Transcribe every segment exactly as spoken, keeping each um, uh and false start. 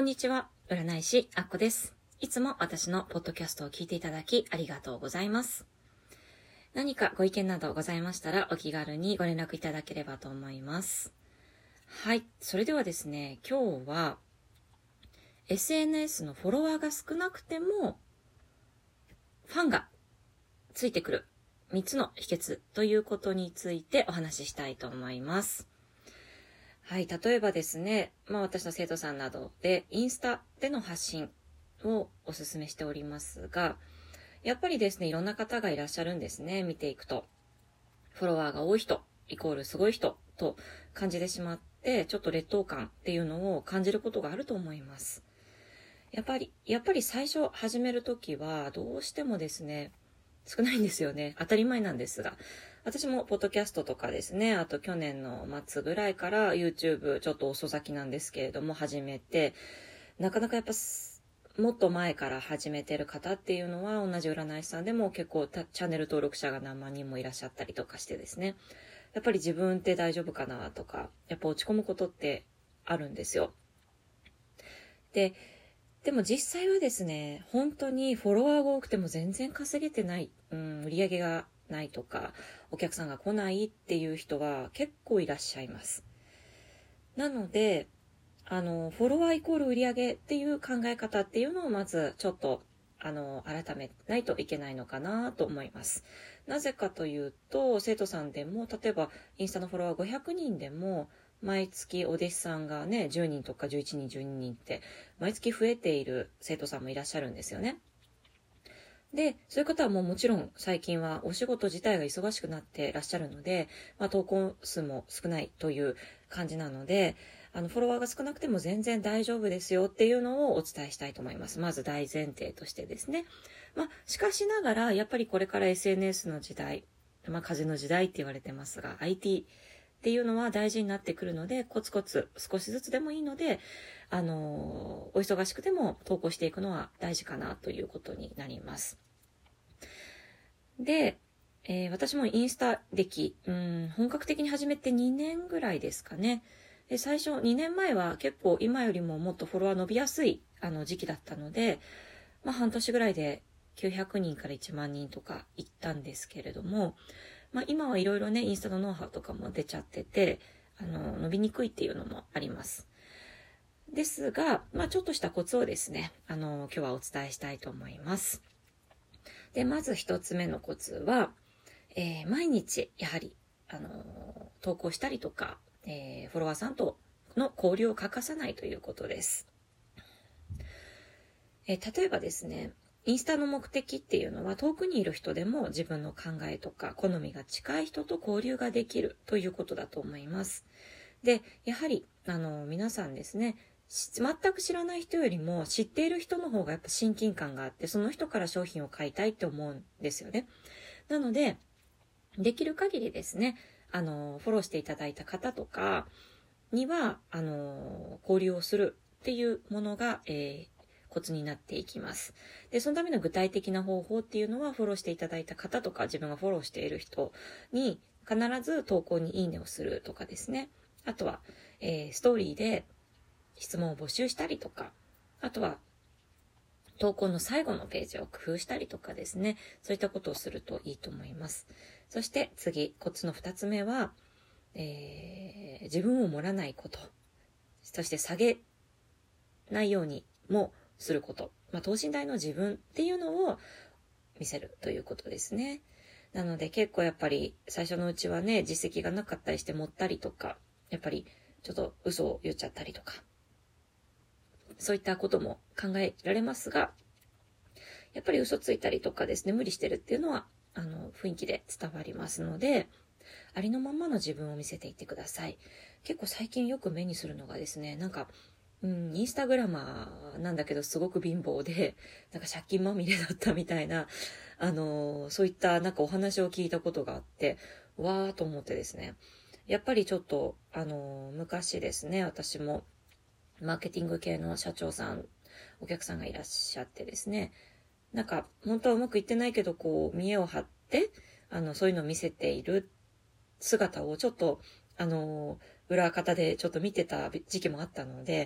こんにちは、占い師あっこです。いつも私のポッドキャストを聞いていただきありがとうございます。何かご意見などございましたらお気軽にご連絡いただければと思います。はい、それではですね、今日は エスエヌエス のフォロワーが少なくてもファンがついてくるみっつの秘訣ということについてお話ししたいと思います。はい、例えばですね、まあ私の生徒さんなどでインスタでの発信をお勧めしておりますが、やっぱりですね、いろんな方がいらっしゃるんですね。見ていくと。フォロワーが多い人、イコールすごい人と感じてしまって、ちょっと劣等感っていうのを感じることがあると思います。やっぱり、やっぱり最初始めるときはどうしてもですね、少ないんですよね。当たり前なんですが。私もポッドキャストとかですね、あと去年の末ぐらいから YouTube ちょっと遅咲きなんですけれども始めて、なかなかやっぱもっと前から始めてる方っていうのは同じ占い師さんでも結構チャンネル登録者が何万人もいらっしゃったりとかしてですね、やっぱり自分って大丈夫かなとか、やっぱ落ち込むことってあるんですよ。で、でも実際はですね、本当にフォロワーが多くても全然稼げてない、うん、売り上げがないとか、お客さんが来ないっていう人は結構いらっしゃいます。なので、あの、フォロワーイコール売り上げっていう考え方っていうのをまずちょっと、あの、改めないといけないのかなと思います。なぜかというと、生徒さんでも、例えばインスタのフォロワーごひゃくにんでも、毎月お弟子さんがね、じゅうにんとかじゅういちにん、じゅうににんって、毎月増えている生徒さんもいらっしゃるんですよね。で、そういう方はもうもちろん最近はお仕事自体が忙しくなっていらっしゃるので、まあ、投稿数も少ないという感じなので、あの、フォロワーが少なくても全然大丈夫ですよっていうのをお伝えしたいと思います。まず大前提としてですね。まあ、しかしながら、やっぱりこれから エスエヌエス の時代、まあ、風の時代って言われてますが、アイティー っていうのは大事になってくるので、コツコツ少しずつでもいいので、あの、お忙しくても投稿していくのは大事かなということになります。で、えー、私もインスタ歴、うん、本格的に始めてにねんぐらいですかね。で、最初にねんまえは結構今よりももっとフォロワー伸びやすいあの時期だったので、まあ半年ぐらいできゅうひゃくにんからいちまんにんとか行ったんですけれども、まあ今はいろいろね、インスタのノウハウとかも出ちゃってて、あの、伸びにくいっていうのもあります。ですが、まあちょっとしたコツをですね、あの、今日はお伝えしたいと思います。で、まず一つ目のコツは、えー、毎日、やはり、あのー、投稿したりとか、えー、フォロワーさんとの交流を欠かさないということです。えー、例えばですね、インスタの目的っていうのは遠くにいる人でも自分の考えとか好みが近い人と交流ができるということだと思います。で、やはり、あのー、皆さんですね、全く知らない人よりも知っている人の方がやっぱ親近感があって、その人から商品を買いたいって思うんですよね。なので、できる限りですね、あの、フォローしていただいた方とかには、あの、交流をするっていうものが、えー、コツになっていきます。で、そのための具体的な方法っていうのは、フォローしていただいた方とか、自分がフォローしている人に必ず投稿にいいねをするとかですね。あとは、えー、ストーリーで質問を募集したりとか、あとは、投稿の最後のページを工夫したりとかですね。そういったことをするといいと思います。そして次、コツの二つ目は、えー、自分を盛らないこと。そして下げないようにもすること。まあ、等身大の自分っていうのを見せるということですね。なので結構やっぱり最初のうちはね、実績がなかったりして盛ったりとか、やっぱりちょっと嘘を言っちゃったりとか、そういったことも考えられますが、やっぱり嘘ついたりとかですね、無理してるっていうのは、あの、雰囲気で伝わりますので、ありのままの自分を見せていってください。結構最近よく目にするのがですね、なんか、うん、インスタグラマーなんだけどすごく貧乏で、なんか借金まみれだったみたいな、あの、そういったなんかお話を聞いたことがあって、わーと思ってですね、やっぱりちょっと、あの、昔ですね、私も、マーケティング系の社長さん、お客さんがいらっしゃってですね、なんか本当はうまくいってないけど、こう見栄を張ってあのそういうのを見せている姿をちょっとあの裏方でちょっと見てた時期もあったので、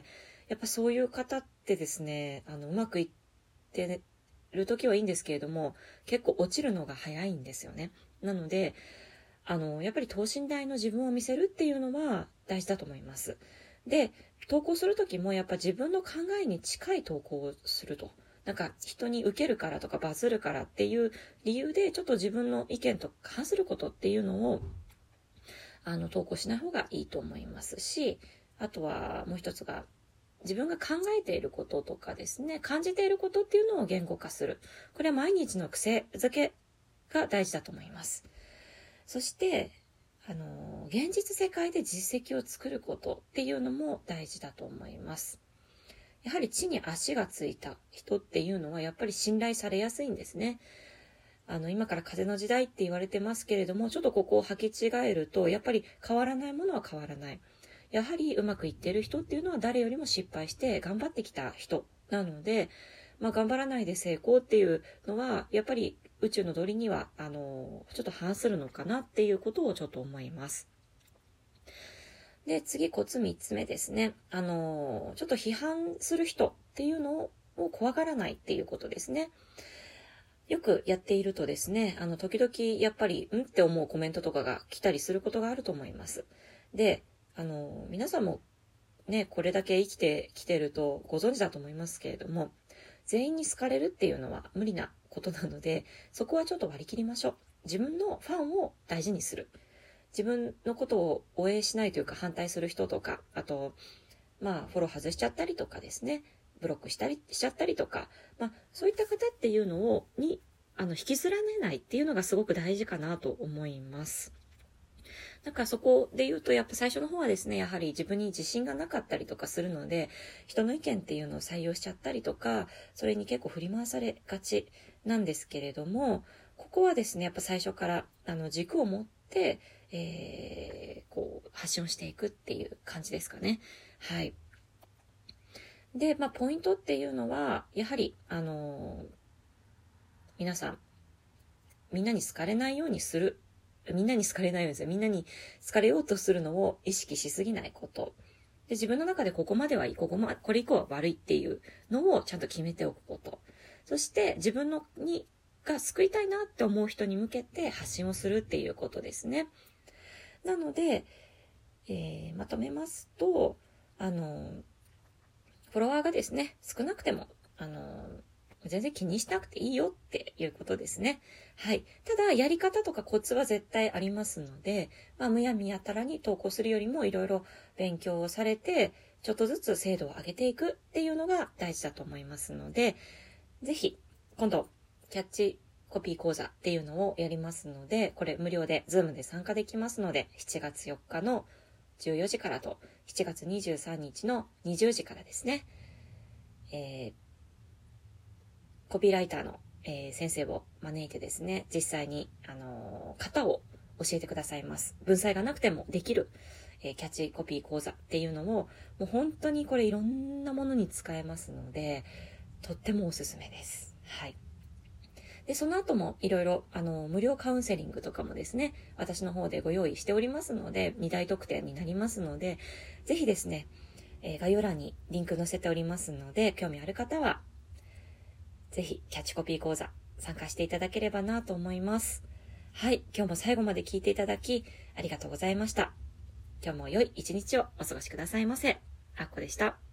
やっぱそういう方ってですね、あの、うまくいってる時はいいんですけれども、結構落ちるのが早いんですよね。なので、あの、やっぱり等身大の自分を見せるっていうのは大事だと思います。で、投稿する時もやっぱ自分の考えに近い投稿をすると。なんか人に受けるからとかバズるからっていう理由でちょっと自分の意見と反することっていうのをあの投稿しない方がいいと思いますし、あとはもう一つが自分が考えていることとかですね、感じていることっていうのを言語化する。これは毎日の癖づけが大事だと思います。そして、あの、現実世界で実績を作ることっていうのも大事だと思います。やはり地に足がついた人っていうのはやっぱり信頼されやすいんですね。あの、今から風の時代って言われてますけれども、ちょっとここを履き違えると、やっぱり変わらないものは変わらない。やはりうまくいっている人っていうのは誰よりも失敗して頑張ってきた人なので、まあ頑張らないで成功っていうのは、やっぱり宇宙の道理には、あの、ちょっと反するのかなっていうことをちょっと思います。で、次、コツ三つ目ですね。あの、ちょっと批判する人っていうのを怖がらないっていうことですね。よくやっているとですね、あの、時々やっぱり、んって思うコメントとかが来たりすることがあると思います。で、あの、皆さんもね、これだけ生きてきてるとご存知だと思いますけれども、全員に好かれるっていうのは無理なことなので、そこはちょっと割り切りましょう。自分のファンを大事にする。自分のことを応援しないというか反対する人とか、あと、まあ、フォロー外しちゃったりとかですね、ブロックしたりしちゃったりとか、まあ、そういった方っていうのを、に、あの、引きずられないっていうのがすごく大事かなと思います。だからそこで言うと、やっぱ最初の方はですね、やはり自分に自信がなかったりとかするので、人の意見っていうのを採用しちゃったりとか、それに結構振り回されがちなんですけれども、ここはですね、やっぱ最初から、あの、軸を持って、えー、こう、発信をしていくっていう感じですかね。はい。で、まあ、ポイントっていうのは、やはり、あのー、皆さん、みんなに好かれないようにする。みんなに好かれないようにする。みんなに好かれようとするのを意識しすぎないこと。で、自分の中でここまではいい、ここま、これ以降は悪いっていうのをちゃんと決めておくこと。そして、自分のに、が救いたいなって思う人に向けて発信をするっていうことですね。なので、えー、まとめますと、あの、フォロワーがですね、少なくても、あの、全然気にしなくていいよっていうことですね。はい。ただ、やり方とかコツは絶対ありますので、まあ、むやみやたらに投稿するよりもいろいろ勉強をされて、ちょっとずつ精度を上げていくっていうのが大事だと思いますので、ぜひ、今度、キャッチコピー講座っていうのをやりますので、これ無料で、ズームで参加できますので、しちがつよっかのじゅうよじからと、しちがつにじゅうさんにちのにじゅうじからですね、えー、コピーライターの、えー、先生を招いてですね、実際に、あのー、型を教えてくださいます。文才がなくてもできる、えー、キャッチコピー講座っていうのを、もう本当にこれいろんなものに使えますので、とってもおすすめです。はい。で、その後もいろいろ、あの、無料カウンセリングとかもですね、私の方でご用意しておりますので、に大特典になりますので、ぜひですね、えー、概要欄にリンク載せておりますので、興味ある方は、ぜひキャッチコピー講座参加していただければなと思います。はい、今日も最後まで聞いていただき、ありがとうございました。今日も良い一日をお過ごしくださいませ。あっこでした。